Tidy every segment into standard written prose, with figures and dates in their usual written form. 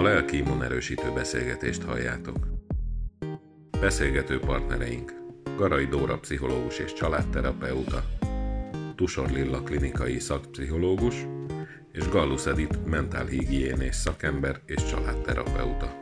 lelki immunerősítő beszélgetést halljátok. Beszélgető partnereink Garai Dóra pszichológus és családterapeuta, Tusor Lilla klinikai szakpszichológus és Gallus Edit mentálhigiénés szakember és családterapeuta.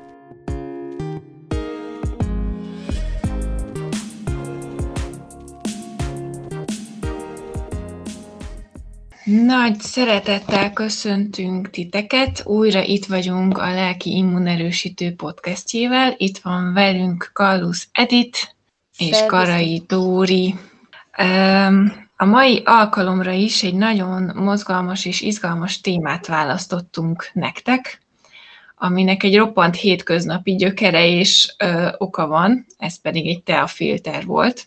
Nagy szeretettel köszöntünk titeket, újra itt vagyunk a Lelki Immunerősítő podcastjével. Itt van velünk Gallus Edit és Garai Dóri. A mai alkalomra is egy nagyon mozgalmas és izgalmas témát választottunk nektek, aminek egy roppant hétköznapi gyökere és oka van, ez pedig egy teafilter volt.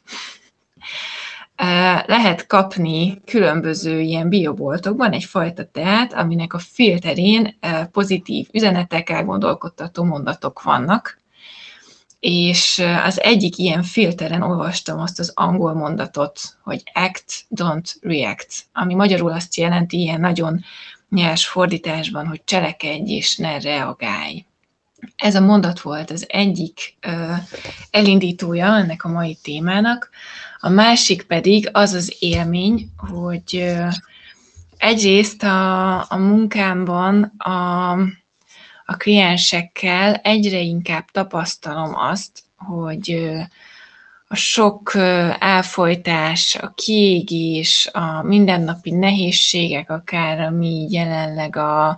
Lehet kapni különböző ilyen bioboltokban egyfajta teát, aminek a filterén pozitív üzenetek, elgondolkodtató mondatok vannak. És az egyik ilyen filteren olvastam azt az angol mondatot, hogy act, don't react, ami magyarul azt jelenti ilyen nagyon nyers fordításban, hogy cselekedj és ne reagálj. Ez a mondat volt az egyik elindítója ennek a mai témának. A másik pedig az az élmény, hogy egyrészt a munkámban a kliensekkel egyre inkább tapasztalom azt, hogy a sok elfojtás, a kiégés, a mindennapi nehézségek, akár ami jelenleg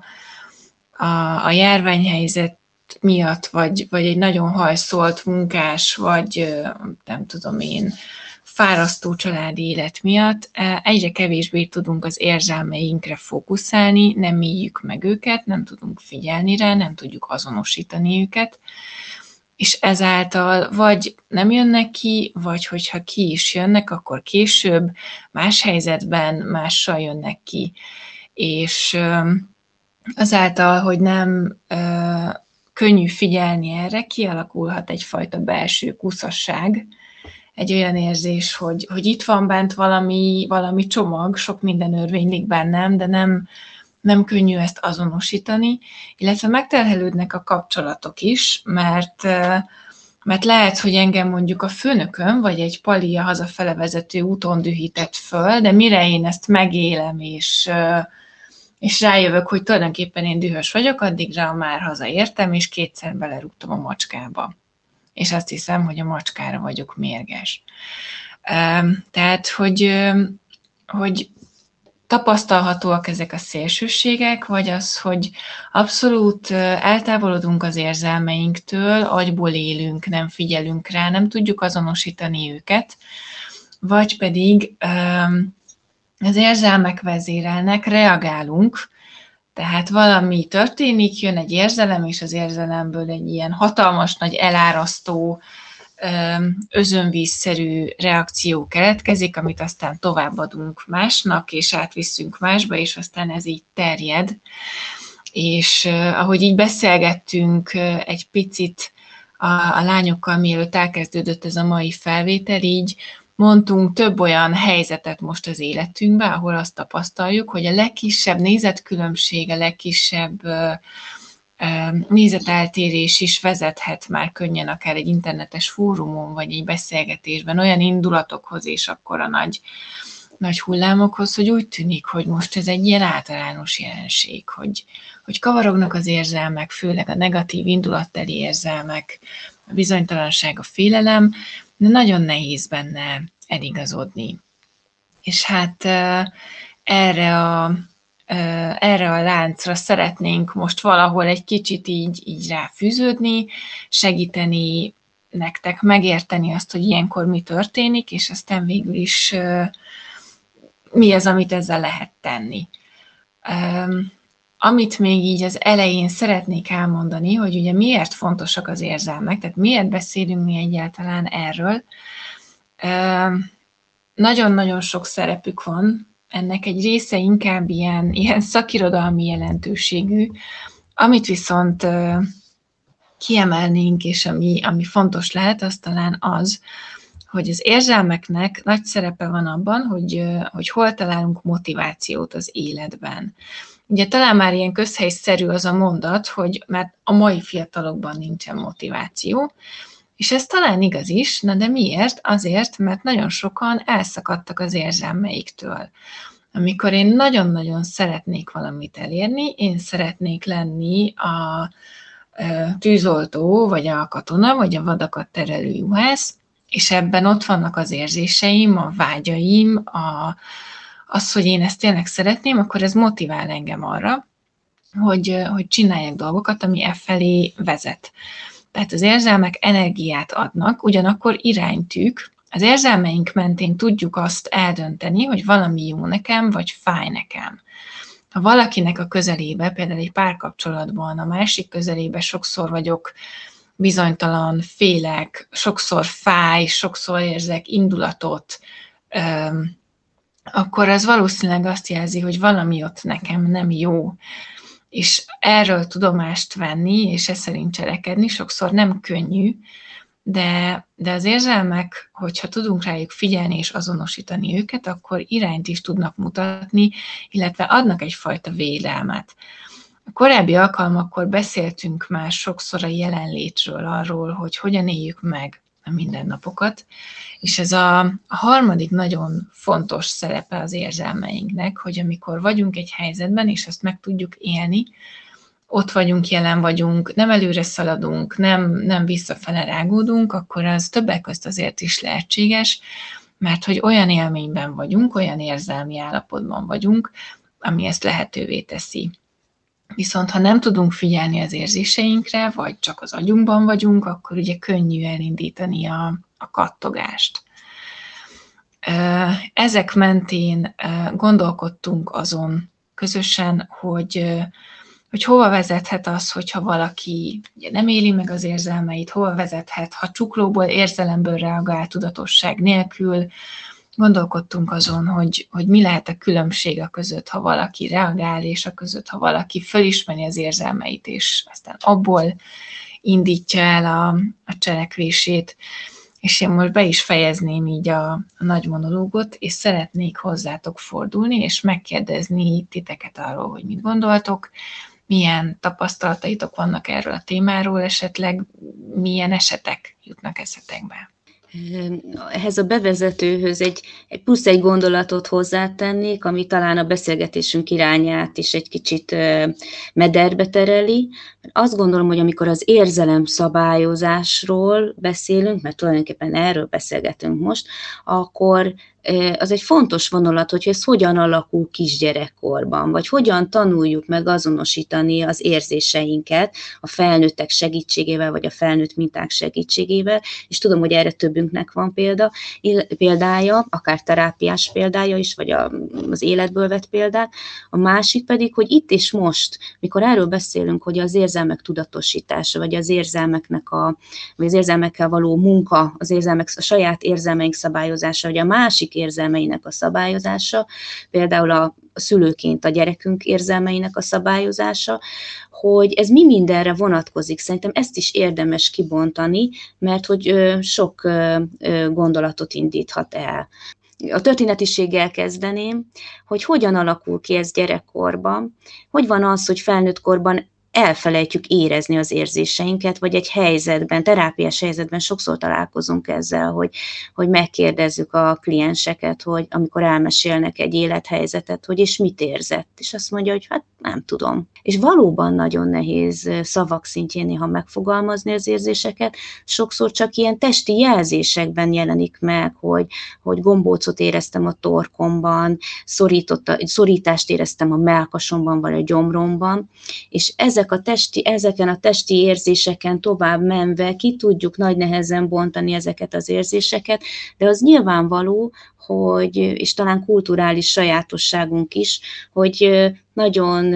a járványhelyzet miatt, vagy egy nagyon hajszolt munkás, vagy nem tudom én, fárasztó családi élet miatt egyre kevésbé tudunk az érzelmeinkre fókuszálni, nem éljük meg őket, nem tudunk figyelni rá, nem tudjuk azonosítani őket, és ezáltal vagy nem jönnek ki, vagy hogyha ki is jönnek, akkor később, más helyzetben, mással jönnek ki. És azáltal, hogy nem könnyű figyelni erre, kialakulhat egyfajta belső kuszasság, egy olyan érzés, hogy itt van bent valami csomag, sok minden örvénylik bennem, de nem könnyű ezt azonosítani, illetve megterhelődnek a kapcsolatok is, mert lehet, hogy engem mondjuk a főnököm, vagy egy pali a hazafele vezető úton dühített föl, de mire én ezt megélem, és rájövök, hogy tulajdonképpen én dühös vagyok, addigra már hazaértem, és kétszer belerúgtam a macskába. És azt hiszem, hogy a macskára vagyok mérges. Tehát, hogy tapasztalhatóak ezek a szélsőségek, vagy az, hogy abszolút eltávolodunk az érzelmeinktől, agyból élünk, nem figyelünk rá, nem tudjuk azonosítani őket, vagy pedig az érzelmek vezérelnek, reagálunk, tehát valami történik, jön egy érzelem, és az érzelemből egy ilyen hatalmas, nagy elárasztó, özönvízszerű reakció keletkezik, amit aztán továbbadunk másnak, és átvisszünk másba, és aztán ez így terjed. És ahogy így beszélgettünk egy picit a lányokkal, mielőtt elkezdődött ez a mai felvétel, így mondtunk több olyan helyzetet most az életünkben, ahol azt tapasztaljuk, hogy a legkisebb nézetkülönbség, a legkisebb nézeteltérés is vezethet már könnyen akár egy internetes fórumon, vagy egy beszélgetésben olyan indulatokhoz és akkor a nagy hullámokhoz, hogy úgy tűnik, hogy most ez egy ilyen általános jelenség, hogy kavarognak az érzelmek, főleg a negatív indulatteli érzelmek, a bizonytalanság, a félelem, de nagyon nehéz benne eligazodni. És hát erre a láncra szeretnénk most valahol egy kicsit így ráfűződni, segíteni nektek megérteni azt, hogy ilyenkor mi történik, és aztán végül is mi az, amit ezzel lehet tenni. Amit még így az elején szeretnék elmondani, hogy ugye miért fontosak az érzelmek, tehát miért beszélünk mi egyáltalán erről. Nagyon-nagyon sok szerepük van, ennek egy része inkább ilyen szakirodalmi jelentőségű, amit viszont kiemelnénk, és ami fontos lehet, az talán az, hogy az érzelmeknek nagy szerepe van abban, hogy hol találunk motivációt az életben. Ugye talán már ilyen közhelyszerű az a mondat, hogy mert a mai fiatalokban nincsen motiváció, és ez talán igaz is, na de miért? Azért, mert nagyon sokan elszakadtak az érzelmeiktől. Amikor én nagyon-nagyon szeretnék valamit elérni, én szeretnék lenni a tűzoltó, vagy a katona, vagy a vadakat terelő juhász, és ebben ott vannak az érzéseim, a vágyaim, az, hogy én ezt tényleg szeretném, akkor ez motivál engem arra, hogy csináljak dolgokat, ami felé vezet. Tehát az érzelmek energiát adnak, ugyanakkor iránytűk. Az érzelmeink mentén tudjuk azt eldönteni, hogy valami jó nekem, vagy fáj nekem. Ha valakinek a közelébe, például egy párkapcsolatban, a másik közelébe sokszor vagyok bizonytalan, félek, sokszor fáj, sokszor érzek indulatot, akkor az valószínűleg azt jelzi, hogy valami ott nekem nem jó. És erről tudomást venni, és ez szerint cselekedni sokszor nem könnyű, de az érzelmek, hogyha tudunk rájuk figyelni és azonosítani őket, akkor irányt is tudnak mutatni, illetve adnak egyfajta védelmet. A korábbi alkalmakkor beszéltünk már sokszor a jelenlétről, arról, hogy hogyan éljük meg a mindennapokat, és ez a harmadik nagyon fontos szerepe az érzelmeinknek, hogy amikor vagyunk egy helyzetben, és ezt meg tudjuk élni, ott vagyunk, jelen vagyunk, nem előre szaladunk, nem visszafele rágódunk, akkor az többek közt azért is lehetséges, mert hogy olyan élményben vagyunk, olyan érzelmi állapotban vagyunk, ami ezt lehetővé teszi. Viszont ha nem tudunk figyelni az érzéseinkre, vagy csak az agyunkban vagyunk, akkor ugye könnyű elindítani a kattogást. Ezek mentén gondolkodtunk azon közösen, hogy hova vezethet az, hogyha valaki ugye nem éli meg az érzelmeit, hova vezethet, ha csuklóból, érzelemből reagál tudatosság nélkül. Gondolkodtunk azon, hogy mi lehet a különbség a között, ha valaki reagál, és a között, ha valaki fölismeri az érzelmeit, és aztán abból indítja el a cselekvését. És én most be is fejezném így a nagy monológot, és szeretnék hozzátok fordulni, és megkérdezni titeket arról, hogy mit gondoltok, milyen tapasztalataitok vannak erről a témáról, esetleg milyen esetek jutnak eszetekbe. Ehhez a bevezetőhöz egy plusz egy gondolatot hozzátennék, ami talán a beszélgetésünk irányát is egy kicsit mederbe tereli. Azt gondolom, hogy amikor az érzelemszabályozásról beszélünk, mert tulajdonképpen erről beszélgetünk most, akkor az egy fontos vonulat, hogy ez hogyan alakul kisgyerekkorban, vagy hogyan tanuljuk meg azonosítani az érzéseinket a felnőttek segítségével, vagy a felnőtt minták segítségével, és tudom, hogy erre többünknek van példája, akár terápiás példája is, vagy az életből vett példák. A másik pedig, hogy itt és most, mikor erről beszélünk, hogy az érzelmek tudatosítása, vagy az érzelmeknek vagy az érzelmekkel való munka, a saját érzelmeink szabályozása, vagy a másik érzelmeinek a szabályozása, például a szülőként a gyerekünk érzelmeinek a szabályozása, hogy ez mi mindenre vonatkozik. Szerintem ezt is érdemes kibontani, mert hogy sok gondolatot indíthat el. A történetiséggel kezdeném, hogy hogyan alakul ki ez gyerekkorban, hogy van az, hogy felnőtt korban elfelejtjük érezni az érzéseinket, vagy egy helyzetben, terápiás helyzetben sokszor találkozunk ezzel, hogy megkérdezzük a klienseket, hogy amikor elmesélnek egy élethelyzetet, hogy és mit érzett, és azt mondja, hogy hát nem tudom. És valóban nagyon nehéz szavak szintjén néha megfogalmazni az érzéseket, sokszor csak ilyen testi jelzésekben jelenik meg, hogy gombócot éreztem a torkomban, szorítást éreztem a mellkasomban, vagy a gyomromban, és ezeken a testi érzéseken tovább menve ki tudjuk nagy nehezen bontani ezeket az érzéseket, de az nyilvánvaló, és talán kulturális sajátosságunk is, hogy nagyon,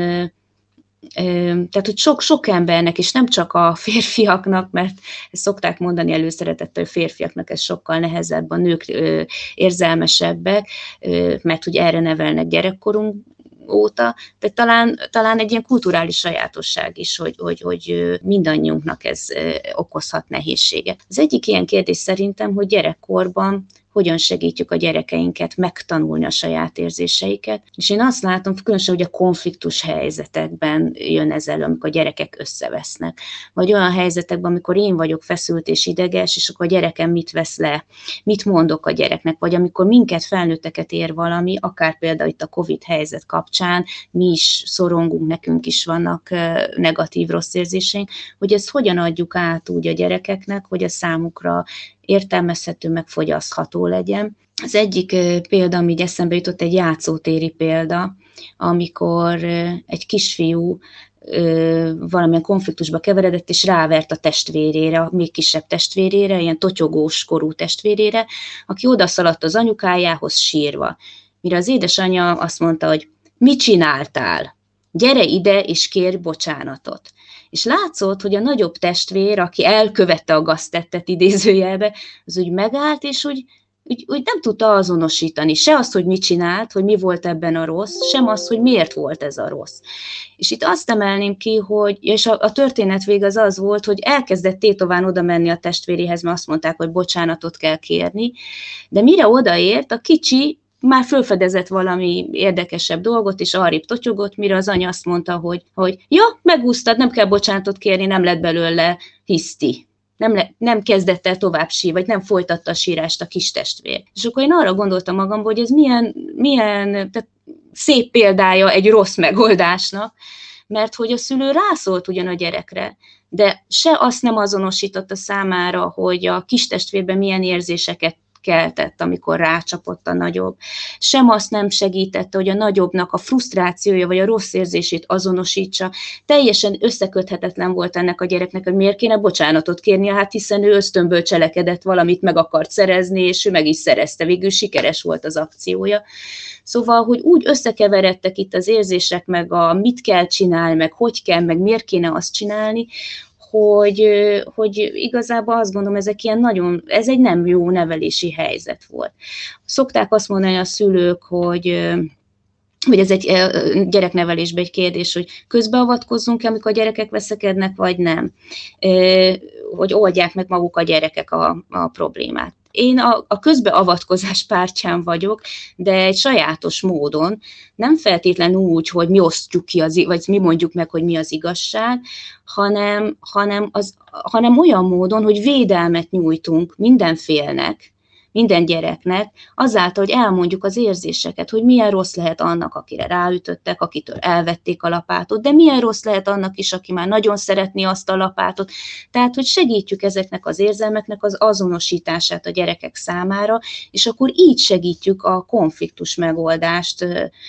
tehát hogy sok embernek, és nem csak a férfiaknak, mert ezt szokták mondani előszeretettel, hogy férfiaknak ez sokkal nehezebb, a nők érzelmesebbek, mert hogy erre nevelnek gyerekkorunk óta, de talán egy ilyen kulturális sajátosság is, hogy mindannyiunknak ez okozhat nehézséget. Az egyik ilyen kérdés szerintem, hogy gyerekkorban hogyan segítjük a gyerekeinket megtanulni a saját érzéseiket. És én azt látom, különösen, hogy a konfliktus helyzetekben jön ez elő, amikor a gyerekek összevesznek. Vagy olyan helyzetekben, amikor én vagyok feszült és ideges, és akkor a gyerekem mit vesz le, mit mondok a gyereknek, vagy amikor minket, felnőtteket ér valami, akár például itt a Covid helyzet kapcsán, mi is szorongunk, nekünk is vannak negatív, rossz érzéseink, hogy ezt hogyan adjuk át úgy a gyerekeknek, hogy a számukra értelmezhető, megfogyasztható legyen. Az egyik példa, ami így eszembe jutott, egy játszótéri példa, amikor egy kisfiú valamilyen konfliktusba keveredett, és rávert a testvérére, a még kisebb testvérére, ilyen totyogós korú testvérére, aki odaszaladt az anyukájához sírva. Mire az édesanyja azt mondta, hogy mit csináltál? Gyere ide, és kérj bocsánatot. És látszott, hogy a nagyobb testvér, aki elkövette a gaztettet idézőjelbe, az úgy megállt, és úgy nem tudta azonosítani se azt, hogy mit csinált, hogy mi volt ebben a rossz, sem azt, hogy miért volt ez a rossz. És itt azt emelném ki, és a történet vége az volt, hogy elkezdett tétován oda menni a testvéréhez, mert azt mondták, hogy bocsánatot kell kérni, de mire odaért, a kicsi már felfedezett valami érdekesebb dolgot, és arrébb totyogott, mire az anya azt mondta, hogy ja, megúsztad, nem kell bocsánatot kérni, nem lett belőle hiszti. Nem kezdett el tovább sírni, vagy nem folytatta a sírást a kis testvér. És akkor én arra gondoltam magamban, hogy ez milyen tehát szép példája egy rossz megoldásnak, mert hogy a szülő rászólt ugyan a gyerekre, de se azt nem azonosította számára, hogy a kis testvérben milyen érzéseket keltett, amikor rácsapott a nagyobb. Sem azt nem segítette, hogy a nagyobbnak a frusztrációja vagy a rossz érzését azonosítsa. Teljesen összeköthetetlen volt ennek a gyereknek, hogy miért kéne bocsánatot kérnie, hát hiszen ő ösztönből cselekedett, valamit meg akart szerezni, és ő meg is szerezte, végül sikeres volt az akciója. Szóval, hogy úgy összekeveredtek itt az érzések, meg mit kell csinálni, meg hogy kell, meg miért kéne azt csinálni, hogy igazából azt gondolom, ez egy nem jó nevelési helyzet volt. Szokták azt mondani a szülők, hogy ez egy gyereknevelésben egy kérdés, hogy közbeavatkozzunk-e, amikor a gyerekek veszekednek, vagy nem. Hogy oldják meg maguk a gyerekek a problémát. Én a közbeavatkozás pártján vagyok, de egy sajátos módon, nem feltétlenül úgy, hogy mi osztjuk ki, vagy mi mondjuk meg, hogy mi az igazság, hanem olyan módon, hogy védelmet nyújtunk minden félnek, minden gyereknek, azáltal, hogy elmondjuk az érzéseket, hogy milyen rossz lehet annak, akire ráütöttek, akitől elvették a lapátot, de milyen rossz lehet annak is, aki már nagyon szeretné azt a lapátot. Tehát, hogy segítjük ezeknek az érzelmeknek az azonosítását a gyerekek számára, és akkor így segítjük a konfliktus megoldást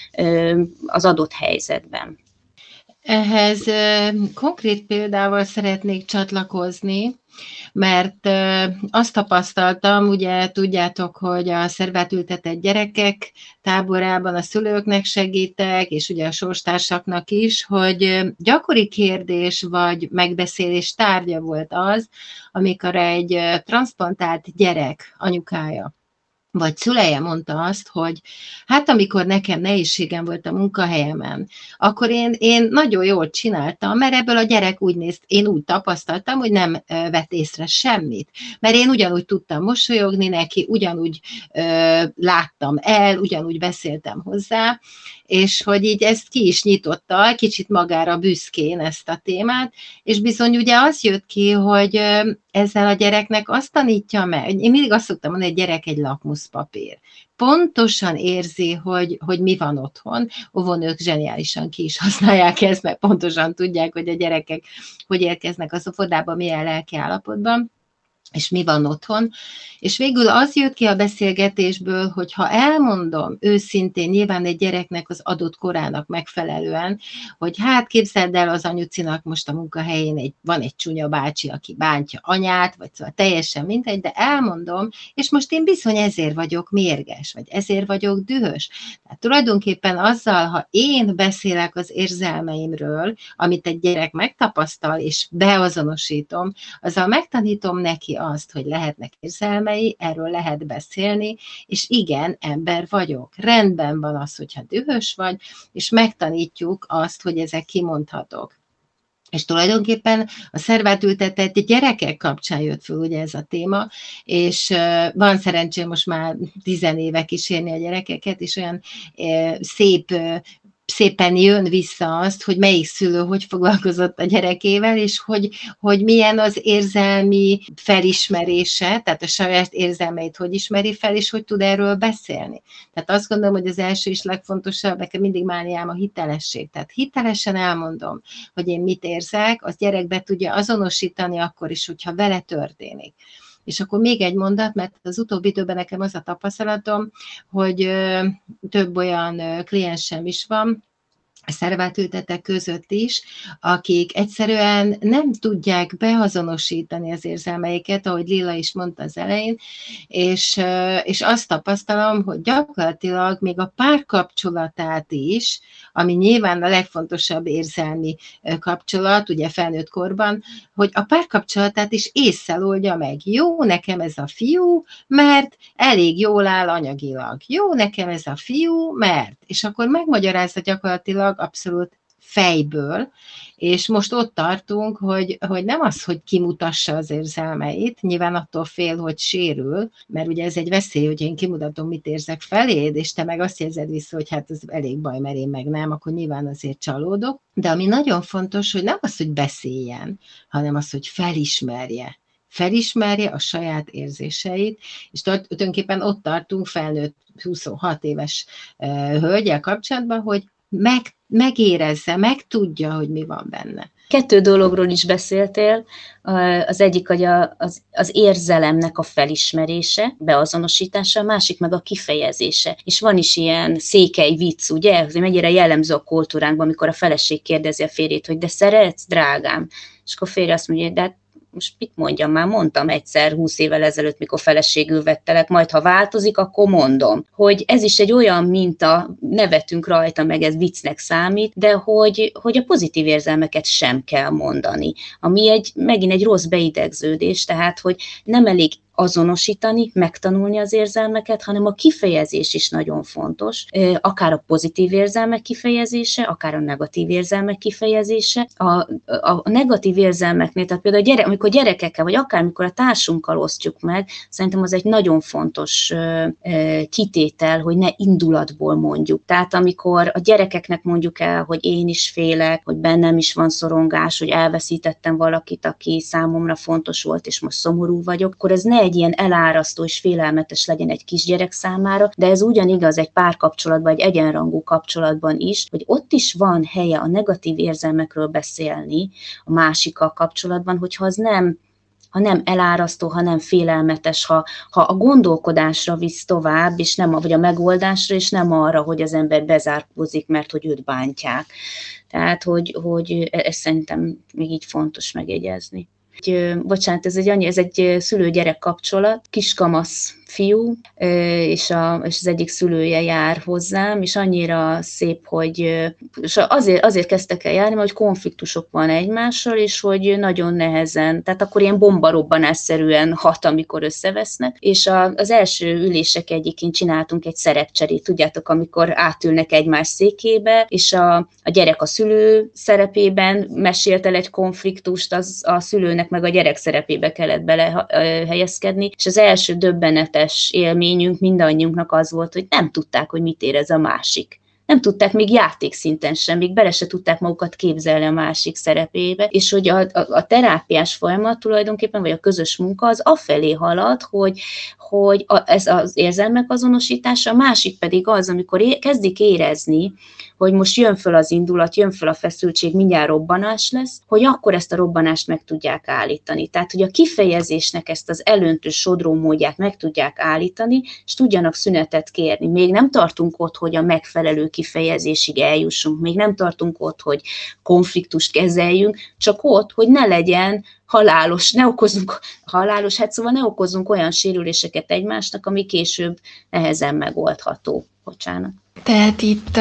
az adott helyzetben. Ehhez konkrét példával szeretnék csatlakozni, mert azt tapasztaltam, ugye tudjátok, hogy a szervátültetett gyerekek táborában a szülőknek segítek, és ugye a sorstársaknak is, hogy gyakori kérdés vagy megbeszélés tárgya volt az, amikor egy transzplantált gyerek anyukája vagy szüleje mondta azt, hogy hát amikor nekem nehézségem volt a munkahelyemen, akkor én nagyon jól csináltam, mert ebből a gyerek én úgy tapasztaltam, hogy nem vett észre semmit, mert én ugyanúgy tudtam mosolyogni neki, ugyanúgy láttam el, ugyanúgy beszéltem hozzá, és hogy így ezt ki is nyitotta, kicsit magára büszkén ezt a témát, és bizony ugye az jött ki, hogy ezzel a gyereknek azt tanítja meg, én mindig azt szoktam mondani, hogy gyerek egy lakmuszpapír. Pontosan érzi, hogy mi van otthon, óvónők zseniálisan ki is használják ezt, mert pontosan tudják, hogy a gyerekek hogy érkeznek az óvodába, milyen lelki állapotban, és mi van otthon, és végül az jött ki a beszélgetésből, hogy ha elmondom őszintén, nyilván egy gyereknek az adott korának megfelelően, hogy hát képzeld el, az anyucinak most a munkahelyén van egy csúnya bácsi, aki bántja anyát, vagy szóval teljesen mindegy, de elmondom, és most én bizony ezért vagyok mérges, vagy ezért vagyok dühös. Tehát tulajdonképpen azzal, ha én beszélek az érzelmeimről, amit egy gyerek megtapasztal, és beazonosítom, azzal megtanítom neki azt, hogy lehetnek érzelmei, erről lehet beszélni, és igen, ember vagyok. Rendben van az, hogyha dühös vagy, és megtanítjuk azt, hogy ezek kimondhatók. És tulajdonképpen a szervátültetett gyerekek kapcsán jött föl ugye ez a téma, és van szerencsém most már 10 éve kísérni a gyerekeket, és olyan szépen jön vissza azt, hogy melyik szülő hogy foglalkozott a gyerekével, és hogy milyen az érzelmi felismerése, tehát a saját érzelmeit hogy ismeri fel, és hogy tud erről beszélni. Tehát azt gondolom, hogy az első és legfontosabb, nekem mindig mániám a hitelesség. Tehát hitelesen elmondom, hogy én mit érzek, az gyerek be tudja azonosítani akkor is, hogyha vele történik. És akkor még egy mondat, mert az utóbbi időben nekem az a tapasztalatom, hogy több olyan kliensem is van, a szervátültettek között is, akik egyszerűen nem tudják beazonosítani az érzelmeiket, ahogy Lilla is mondta az elején, és azt tapasztalom, hogy gyakorlatilag még a párkapcsolatát is, ami nyilván a legfontosabb érzelmi kapcsolat, ugye felnőtt korban, hogy a párkapcsolatát is ésszel oldja meg. Jó nekem ez a fiú, mert elég jól áll anyagilag. Jó nekem ez a fiú, mert. És akkor megmagyarázza gyakorlatilag abszolút fejből, és most ott tartunk, hogy nem az, hogy kimutassa az érzelmeit, nyilván attól fél, hogy sérül, mert ugye ez egy veszély, hogy én kimutatom, mit érzek feléd, és te meg azt érzed vissza, hogy hát ez elég baj, mert én meg nem, akkor nyilván azért csalódok. De ami nagyon fontos, hogy nem az, hogy beszéljen, hanem az, hogy felismerje a saját érzéseit, és tulajdonképpen ott tartunk felnőtt 26 éves hölgyel kapcsolatban, hogy megérezze, megtudja, hogy mi van benne. 2 dologról is beszéltél, az egyik, hogy az érzelemnek a felismerése, beazonosítása, a másik meg a kifejezése. És van is ilyen székely vicc, ugye, hogy mennyire jellemző a kultúránkban, amikor a feleség kérdezi a férjét, hogy de szeretsz, drágám? És akkor a férje azt mondja, de most mit mondjam, már mondtam egyszer 20 évvel ezelőtt, mikor feleségül vettelek, majd ha változik, akkor mondom. Hogy ez is egy olyan minta, nevetünk rajta, meg ez viccnek számít, de hogy a pozitív érzelmeket sem kell mondani. Ami megint egy rossz beidegződés, tehát hogy nem elég azonosítani, megtanulni az érzelmeket, hanem a kifejezés is nagyon fontos, akár a pozitív érzelmek kifejezése, akár a negatív érzelmek kifejezése. A negatív érzelmeknél, tehát például amikor gyerekekkel, vagy akár amikor a társunkkal osztjuk meg, szerintem az egy nagyon fontos kitétel, hogy ne indulatból mondjuk. Tehát amikor a gyerekeknek mondjuk el, hogy én is félek, hogy bennem is van szorongás, hogy elveszítettem valakit, aki számomra fontos volt, és most szomorú vagyok, akkor ez ne egy ilyen elárasztó és félelmetes legyen egy kisgyerek számára, de ez ugyanigaz egy párkapcsolatban, egy egyenrangú kapcsolatban is, hogy ott is van helye a negatív érzelmekről beszélni a másikkal kapcsolatban, hogyha az ha nem elárasztó, ha nem félelmetes, ha a gondolkodásra visz tovább, és vagy a megoldásra, és nem arra, hogy az ember bezárkózik, mert hogy őt bántják. Tehát, hogy ez szerintem még így fontos megjegyezni. Bocsánat, ez egy szülő-gyerek kapcsolat, kiskamasz fiú, és az egyik szülője jár hozzám, és annyira szép, hogy és azért kezdtek el járni, hogy konfliktusok van egymással, és hogy nagyon nehezen, tehát akkor ilyen bombarobbanásszerűen hat, amikor összevesznek, és az első ülések egyikén csináltunk egy szerepcserét, tudjátok, amikor átülnek egymás székébe, és a gyerek a szülő szerepében mesélt el egy konfliktust, a szülőnek meg a gyerek szerepébe kellett belehelyezkedni, és az első döbbenetes élményünk mindannyiunknak az volt, hogy nem tudták, hogy mit érez a másik. Nem tudták még játékszinten sem, még bele se tudták magukat képzelni a másik szerepébe, és hogy a terápiás folyamat tulajdonképpen, vagy a közös munka az afelé halad, hogy ez az érzelmek azonosítása, a másik pedig az, amikor kezdik érezni, hogy most jön föl az indulat, jön föl a feszültség, mindjárt robbanás lesz, hogy akkor ezt a robbanást meg tudják állítani. Tehát, hogy a kifejezésnek ezt az elöntő sodró módját meg tudják állítani, és tudjanak szünetet kérni. Még nem tartunk ott, hogy a megfelelő kifejezésig eljussunk, még nem tartunk ott, hogy konfliktust kezeljünk, csak ott, hogy ne legyen halálos, ne okozzunk olyan sérüléseket egymásnak, ami később nehezen megoldható. Bocsánat. Tehát itt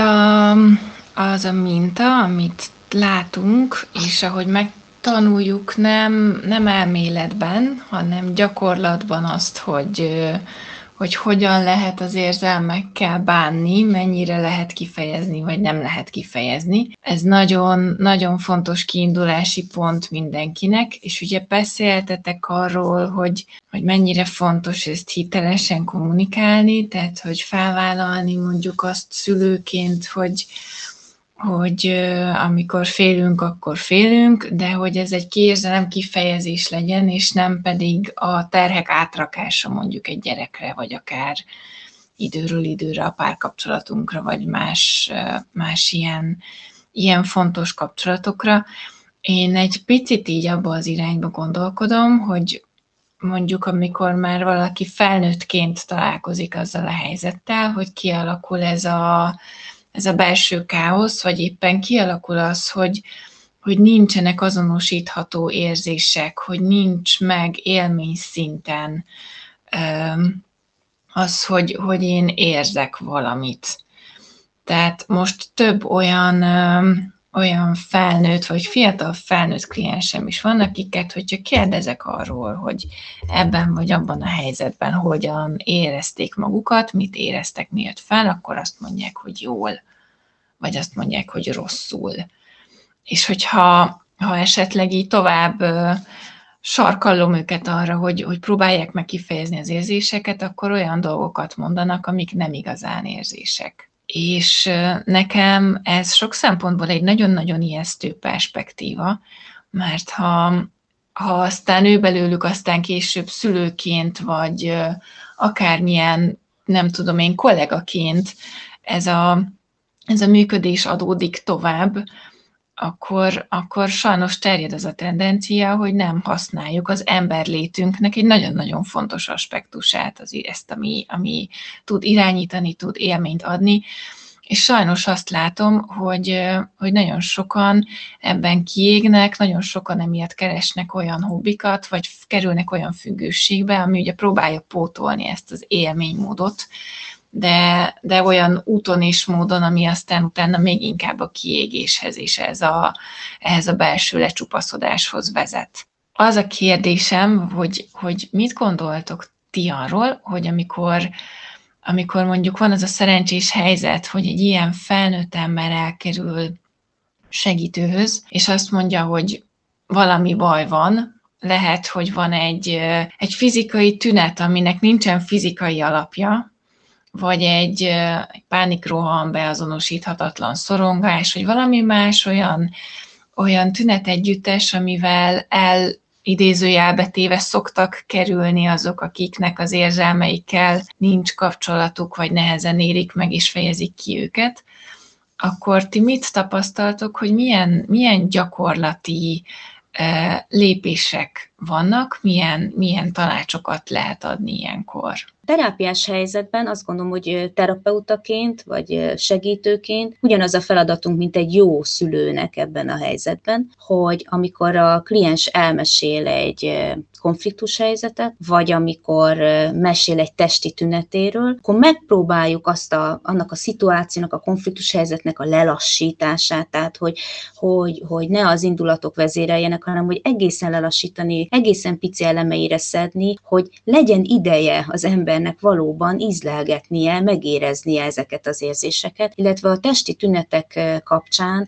az a minta, amit látunk, és ahogy megtanuljuk nem elméletben, hanem gyakorlatban azt, hogy hogy hogyan lehet az érzelmekkel bánni, mennyire lehet kifejezni, vagy nem lehet kifejezni. Ez nagyon, nagyon fontos kiindulási pont mindenkinek, és ugye beszéltetek arról, hogy mennyire fontos ezt hitelesen kommunikálni, tehát hogy felvállalni mondjuk azt szülőként, hogy amikor félünk, akkor félünk, de hogy ez egy érzelem kifejezés legyen, és nem pedig a terhek átrakása mondjuk egy gyerekre, vagy akár időről időre a párkapcsolatunkra, vagy más ilyen fontos kapcsolatokra. Én egy picit így abba az irányba gondolkodom, hogy mondjuk amikor már valaki felnőttként találkozik azzal a helyzettel, hogy kialakul ez a belső káosz, vagy éppen kialakul az, hogy nincsenek azonosítható érzések, hogy nincs meg élmény szinten az, hogy én érzek valamit. Tehát most több olyan felnőtt, vagy fiatal felnőtt kliensem is van, akiket, hogyha kérdezek arról, hogy ebben vagy abban a helyzetben hogyan érezték magukat, mit éreztek, mi jött fel, akkor azt mondják, hogy jól, vagy azt mondják, hogy rosszul. És hogyha esetleg így tovább sarkallom őket arra, hogy próbálják meg kifejezni az érzéseket, akkor olyan dolgokat mondanak, amik nem igazán érzések. És nekem ez sok szempontból egy nagyon-nagyon ijesztő perspektíva, mert ha aztán ő belőlük aztán később szülőként, vagy akármilyen, nem tudom én, kollégaként ez a működés adódik tovább, akkor sajnos terjed az a tendencia, hogy nem használjuk az emberlétünknek egy nagyon-nagyon fontos aspektusát, ezt, ami tud irányítani, tud élményt adni, és sajnos azt látom, hogy nagyon sokan ebben kiégnek, nagyon sokan emiatt keresnek olyan hobbikat, vagy kerülnek olyan függőségbe, ami ugye próbálja pótolni ezt az élménymódot, de olyan úton és módon, ami aztán utána még inkább a kiégéshez és ehhez a belső lecsupaszodáshoz vezet. Az a kérdésem, hogy mit gondoltok ti arról, hogy amikor mondjuk van az a szerencsés helyzet, hogy egy ilyen felnőtt ember elkerül segítőhöz, és azt mondja, hogy valami baj van, lehet, hogy van egy fizikai tünet, aminek nincsen fizikai alapja, vagy egy pánikroham, beazonosíthatatlan szorongás, vagy valami más olyan tünetegyüttes, amivel idézőjelbe téve szoktak kerülni azok, akiknek az érzelmeikkel nincs kapcsolatuk, vagy nehezen érik meg és fejezik ki őket, akkor ti mit tapasztaltok, hogy milyen gyakorlati lépések vannak, milyen tanácsokat lehet adni ilyenkor? Terápiás helyzetben azt gondolom, hogy terapeutaként vagy segítőként ugyanaz a feladatunk, mint egy jó szülőnek ebben a helyzetben, hogy amikor a kliens elmesél egy konfliktus helyzetet, vagy amikor mesél egy testi tünetéről, akkor megpróbáljuk annak a szituációnak, a konfliktus helyzetnek a lelassítását, tehát hogy ne az indulatok vezéreljenek, hanem hogy egészen lelassítani, egészen pici elemeire szedni, hogy legyen ideje az embernek valóban ízlelgetnie, megéreznie ezeket az érzéseket, illetve a testi tünetek kapcsán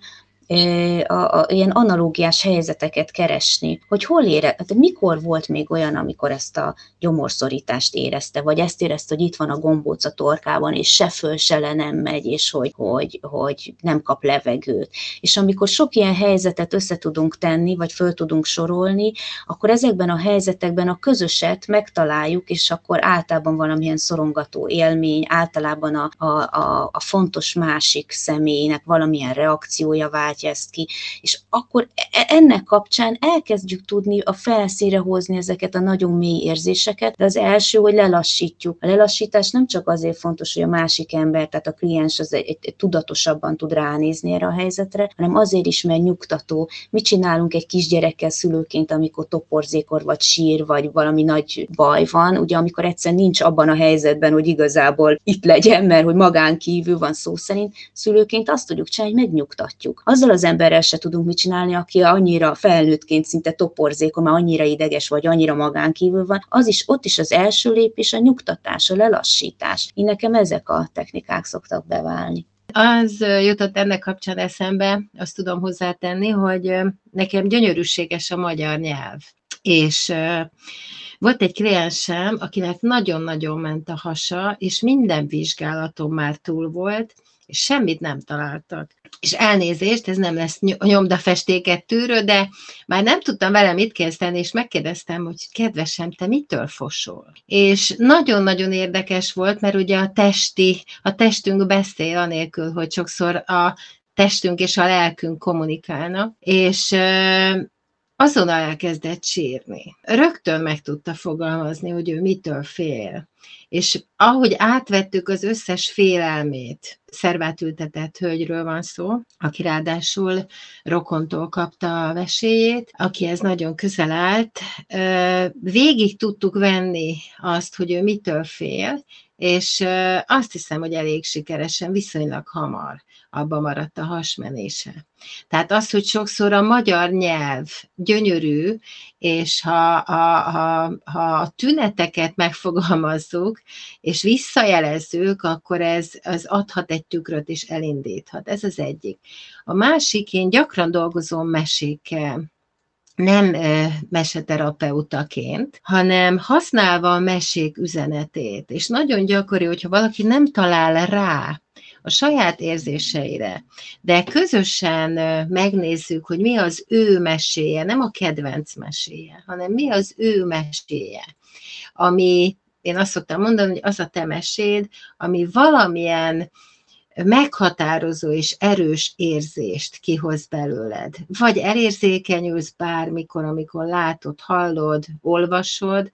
ilyen analógiás helyzeteket keresni, hogy mikor volt még olyan, amikor ezt a gyomorszorítást érezte, vagy ezt érezte, hogy itt van a gombóc a torkában, és se föl, se le nem megy, és hogy nem kap levegőt. És amikor sok ilyen helyzetet össze tudunk tenni, vagy föl tudunk sorolni, akkor ezekben a helyzetekben a közöset megtaláljuk, és akkor általában valamilyen szorongató élmény, általában a fontos másik személynek valamilyen reakciója vált ezt ki, és akkor ennek kapcsán elkezdjük tudni a felszínre hozni ezeket a nagyon mély érzéseket, de az első, hogy lelassítjuk. A lelassítás nem csak azért fontos, hogy a másik ember, tehát a kliens az egy tudatosabban tud ránézni erre a helyzetre, hanem azért is, mert nyugtató. Mit csinálunk egy kisgyerekkel szülőként, amikor toporzékor vagy sír, vagy valami nagy baj van, ugye amikor egyszer nincs abban a helyzetben, hogy igazából itt legyen, mert hogy magán kívül van szó szerint, szülőként azt tudjuk csinálni, hogy megnyugtatjuk. Azzal az emberrel se tudunk mit csinálni, aki valaki annyira felnőttként szinte toporzékon, mert annyira ideges vagy, annyira magánkívül van, ott is az első lépés a nyugtatás, a lelassítás. Én nekem ezek a technikák szoktak beválni. Az jutott ennek kapcsán eszembe, azt tudom hozzátenni, hogy nekem gyönyörűséges a magyar nyelv. És volt egy kliensem, akinek nagyon-nagyon ment a hasa, és minden vizsgálaton már túl volt, és semmit nem találtak. És elnézést, ez nem lesz nyomdafestéket tűrő, de már nem tudtam vele mit kezdeni, és megkérdeztem, hogy kedvesem, te mitől fosol? És nagyon-nagyon érdekes volt, mert ugye a testünk beszél anélkül, hogy sokszor a testünk és a lelkünk kommunikálnak, és azonnal elkezdett sírni. Rögtön meg tudta fogalmazni, hogy ő mitől fél. És ahogy átvettük az összes félelmét, szervátültetett hölgyről van szó, aki ráadásul rokontól kapta a vesélyét, akihez nagyon közel állt, végig tudtuk venni azt, hogy ő mitől fél, és azt hiszem, hogy elég sikeresen, viszonylag hamar abba maradt a hasmenése. Tehát az, hogy sokszor a magyar nyelv gyönyörű, és ha a tüneteket megfogalmazzuk, és visszajelezzük, akkor ez adhat egy tükröt, és elindíthat. Ez az egyik. A másik, én gyakran dolgozom mesékkel, nem meseterapeutaként, hanem használva a mesék üzenetét. És nagyon gyakori, hogyha valaki nem talál rá a saját érzéseire, de közösen megnézzük, hogy mi az ő meséje, nem a kedvenc meséje, hanem mi az ő meséje, ami, én azt szoktam mondani, hogy az a te meséd, ami valamilyen meghatározó és erős érzést kihoz belőled. Vagy elérzékenyülsz bármikor, amikor látod, hallod, olvasod,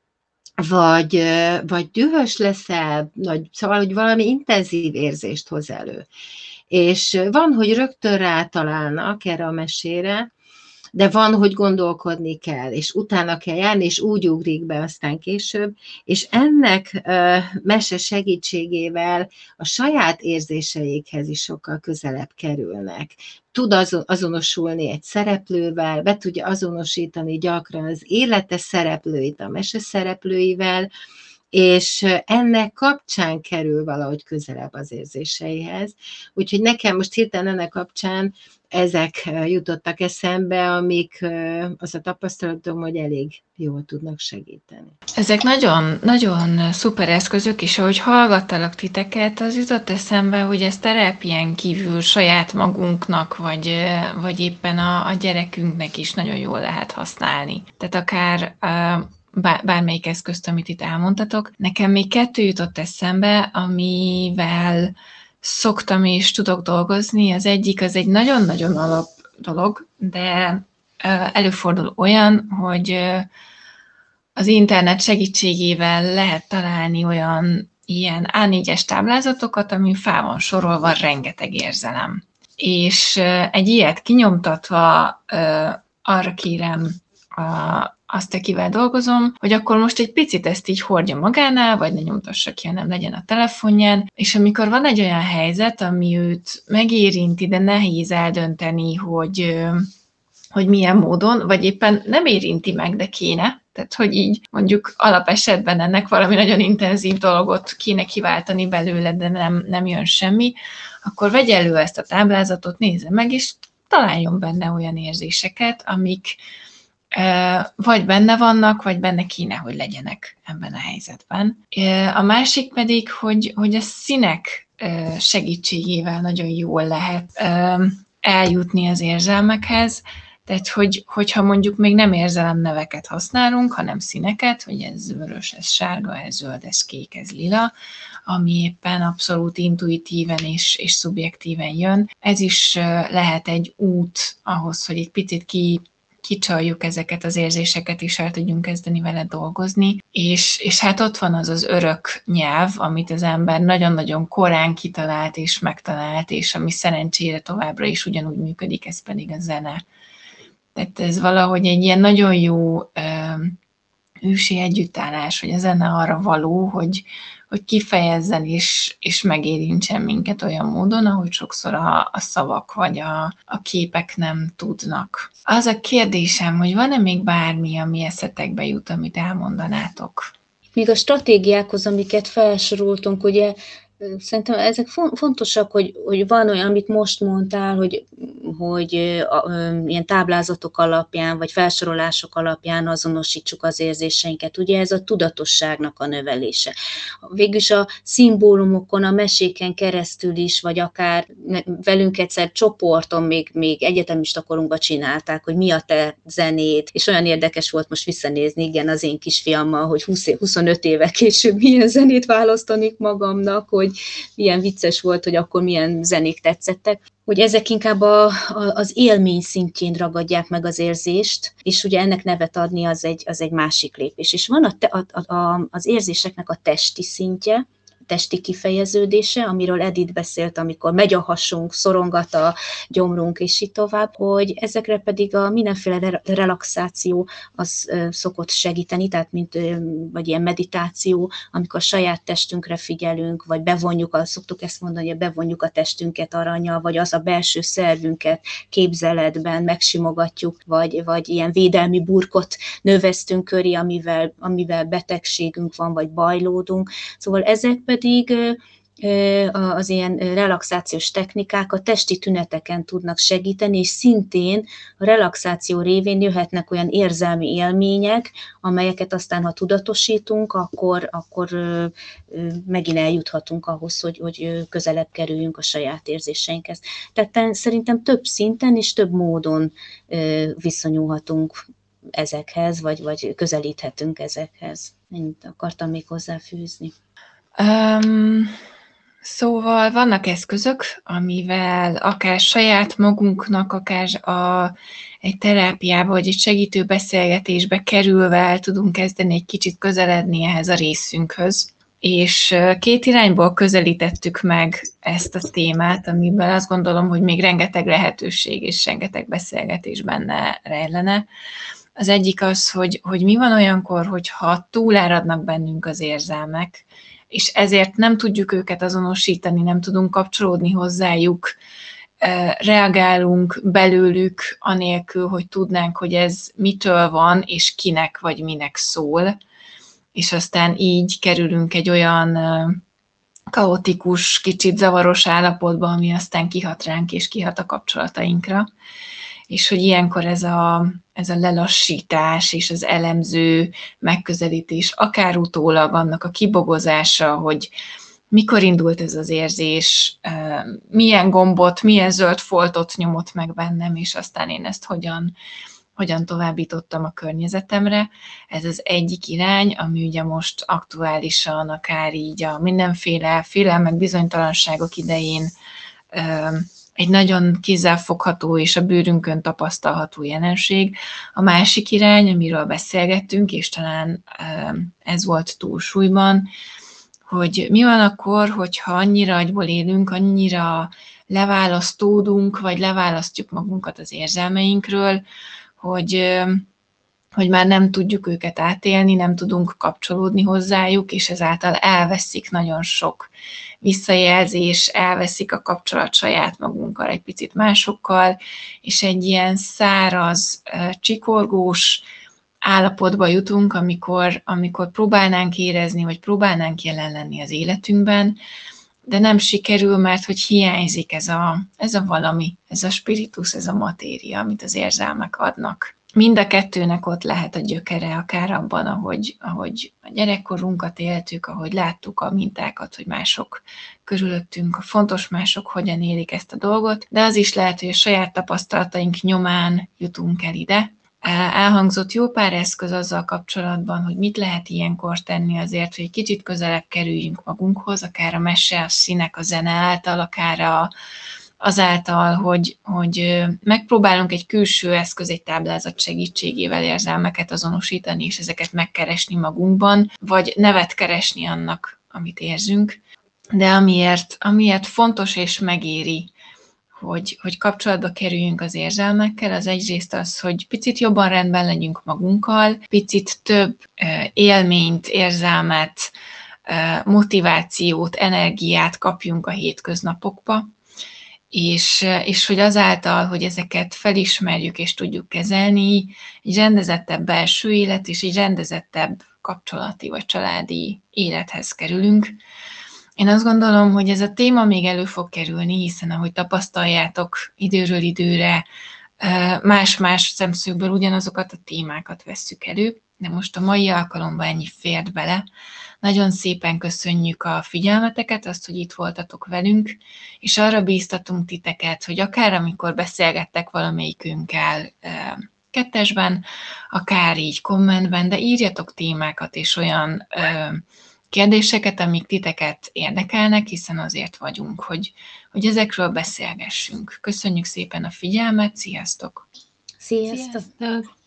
vagy dühös leszel, szóval, hogy valami intenzív érzést hoz elő. És van, hogy rögtön rátalálnak erre a mesére, de van, hogy gondolkodni kell, és utána kell járni, és úgy ugrik be aztán később, és ennek mese segítségével a saját érzéseikhez is sokkal közelebb kerülnek. Tud azonosulni egy szereplővel, be tudja azonosítani gyakran az élete szereplőit a mese szereplőivel, és ennek kapcsán kerül valahogy közelebb az érzéseihez. Úgyhogy nekem most hirtelen ennek kapcsán ezek jutottak eszembe, amik az a tapasztalatom, hogy elég jól tudnak segíteni. Ezek nagyon, nagyon szuper eszközök, és ahogy hallgattalak titeket, az jutott eszembe, hogy ezt terápián kívül saját magunknak, vagy éppen a gyerekünknek is nagyon jól lehet használni. Tehát akár bármelyik eszközt, amit itt elmondtatok. Nekem még 2 jutott eszembe, amivel szoktam és tudok dolgozni. Az egyik az egy nagyon-nagyon alap dolog, de előfordul olyan, hogy az internet segítségével lehet találni olyan ilyen A4-es táblázatokat, amin fel van sorolva rengeteg érzelem. És egy ilyet kinyomtatva arra kérem azt, akivel dolgozom, hogy akkor most egy picit ezt így hordja magánál, vagy ne nyomtassa ki, hanem legyen a telefonján, és amikor van egy olyan helyzet, ami őt megérinti, de nehéz eldönteni, hogy milyen módon, vagy éppen nem érinti meg, de kéne, tehát hogy így mondjuk alapesetben ennek valami nagyon intenzív dolgot kéne kiváltani belőle, de nem jön semmi, akkor vegye elő ezt a táblázatot, nézze meg, és találjon benne olyan érzéseket, amik vagy benne vannak, vagy benne kéne, hogy legyenek ebben a helyzetben. A másik pedig, hogy a színek segítségével nagyon jól lehet eljutni az érzelmekhez, tehát hogyha mondjuk még nem érzelemneveket használunk, hanem színeket, hogy ez vörös, ez sárga, ez zöld, ez kék, ez lila, ami éppen abszolút intuitíven és szubjektíven jön. Ez is lehet egy út ahhoz, hogy egy picit kicsaljuk ezeket az érzéseket, és el tudjunk kezdeni vele dolgozni. És hát ott van az örök nyelv, amit az ember nagyon-nagyon korán kitalált és megtalált, és ami szerencsére továbbra is ugyanúgy működik, ez pedig a zene. Tehát ez valahogy egy ilyen nagyon jó ősi együttállás, hogy a zene arra való, hogy hogy kifejezzen és megérintsen minket olyan módon, ahogy sokszor a szavak vagy a képek nem tudnak. Az a kérdésem, hogy van-e még bármi, ami eszetekbe jut, amit elmondanátok? Még a stratégiákhoz, amiket felsoroltunk, ugye szerintem ezek fontosak, hogy van olyan, amit most mondtál, hogy ilyen táblázatok alapján, vagy felsorolások alapján azonosítsuk az érzéseinket. Ugye ez a tudatosságnak a növelése. Végülis a szimbólumokon, a meséken keresztül is, vagy akár velünk egyszer csoporton, még egyetemista korunkban csinálták, hogy mi a te zenéd, és olyan érdekes volt most visszanézni, igen, az én kisfiammal, hogy 25 éve később milyen zenét választanék magamnak, hogy milyen vicces volt, hogy akkor milyen zenék tetszettek. Hogy ezek inkább az élmény szintjén ragadják meg az érzést, és ugye ennek nevet adni az egy másik lépés. És van az érzéseknek a testi szintje, testi kifejeződése, amiről Edith beszélt, amikor megy a hasunk, szorongat a gyomrunk, és így tovább, hogy ezekre pedig a mindenféle relaxáció az szokott segíteni, tehát vagy ilyen meditáció, amikor a saját testünkre figyelünk, vagy bevonjuk, szoktuk ezt mondani, hogy bevonjuk a testünket aranyal, vagy az a belső szervünket képzeletben megsimogatjuk, vagy ilyen védelmi burkot növesztünk köré, amivel betegségünk van, vagy bajlódunk. Szóval ezek pedig az ilyen relaxációs technikák a testi tüneteken tudnak segíteni, és szintén a relaxáció révén jöhetnek olyan érzelmi élmények, amelyeket aztán, ha tudatosítunk, akkor megint eljuthatunk ahhoz, hogy közelebb kerüljünk a saját érzéseinkhez. Tehát szerintem több szinten és több módon viszonyulhatunk ezekhez, vagy közelíthetünk ezekhez. Ennyit akartam még hozzáfűzni. Szóval vannak eszközök, amivel akár saját magunknak, akár egy terápiába, vagy egy segítő beszélgetésbe kerülve el tudunk kezdeni egy kicsit közeledni ehhez a részünkhöz. És két irányból közelítettük meg ezt a témát, amiben azt gondolom, hogy még rengeteg lehetőség és rengeteg beszélgetés benne rejlene. Az egyik az, hogy mi van olyankor, hogyha túláradnak bennünk az érzelmek, és ezért nem tudjuk őket azonosítani, nem tudunk kapcsolódni hozzájuk, reagálunk belőlük, anélkül, hogy tudnánk, hogy ez mitől van, és kinek vagy minek szól, és aztán így kerülünk egy olyan kaotikus, kicsit zavaros állapotba, ami aztán kihat ránk, és kihat a kapcsolatainkra. És hogy ilyenkor ez a lelassítás és az elemző megközelítés, akár utólag annak a kibogozása, hogy mikor indult ez az érzés, milyen gombot, milyen zöld foltot nyomott meg bennem, és aztán én ezt hogyan továbbítottam a környezetemre. Ez az egyik irány, ami ugye most aktuálisan, akár így a mindenféle félelmek, bizonytalanságok idején egy nagyon kézzelfogható és a bőrünkön tapasztalható jelenség. A másik irány, amiről beszélgettünk, és talán ez volt túlsúlyban, hogy mi van akkor, hogyha annyira agyból élünk, annyira leválasztódunk, vagy leválasztjuk magunkat az érzelmeinkről, hogy már nem tudjuk őket átélni, nem tudunk kapcsolódni hozzájuk, és ezáltal elveszik nagyon sok visszajelzés, elveszik a kapcsolat saját magunkkal, egy picit másokkal, és egy ilyen száraz, csikorgós állapotba jutunk, amikor próbálnánk érezni, vagy próbálnánk jelen lenni az életünkben, de nem sikerül, mert hogy hiányzik ez a valami, ez a spiritus, ez a matéria, amit az érzelmek adnak. Mind a kettőnek ott lehet a gyökere, akár abban, ahogy a gyerekkorunkat éltük, ahogy láttuk a mintákat, hogy mások körülöttünk, a fontos mások hogyan élik ezt a dolgot, de az is lehet, hogy a saját tapasztalataink nyomán jutunk el ide. Elhangzott jó pár eszköz azzal kapcsolatban, hogy mit lehet ilyenkor tenni azért, hogy egy kicsit közelebb kerüljünk magunkhoz, akár a mese, a színek, a zene által, akár azáltal, hogy megpróbálunk egy külső eszköz, egy táblázat segítségével érzelmeket azonosítani, és ezeket megkeresni magunkban, vagy nevet keresni annak, amit érzünk. De amiért fontos és megéri, hogy kapcsolatba kerüljünk az érzelmekkel, az egyrészt az, hogy picit jobban rendben legyünk magunkkal, picit több élményt, érzelmet motivációt, energiát kapjunk a hétköznapokba, és hogy azáltal, hogy ezeket felismerjük és tudjuk kezelni, egy rendezettebb belső élet és egy rendezettebb kapcsolati vagy családi élethez kerülünk. Én azt gondolom, hogy ez a téma még elő fog kerülni, hiszen ahogy tapasztaljátok, időről időre más-más szemszögből ugyanazokat a témákat vesszük elő, de most a mai alkalomban ennyi fért bele. Nagyon szépen köszönjük a figyelmeteket, azt, hogy itt voltatok velünk, és arra bíztatunk titeket, hogy akár amikor beszélgettek valamelyikünkkel kettesben, akár így kommentben, de írjatok témákat és olyan kérdéseket, amik titeket érdekelnek, hiszen azért vagyunk, hogy ezekről beszélgessünk. Köszönjük szépen a figyelmet, sziasztok! Sziasztok! Sziasztok!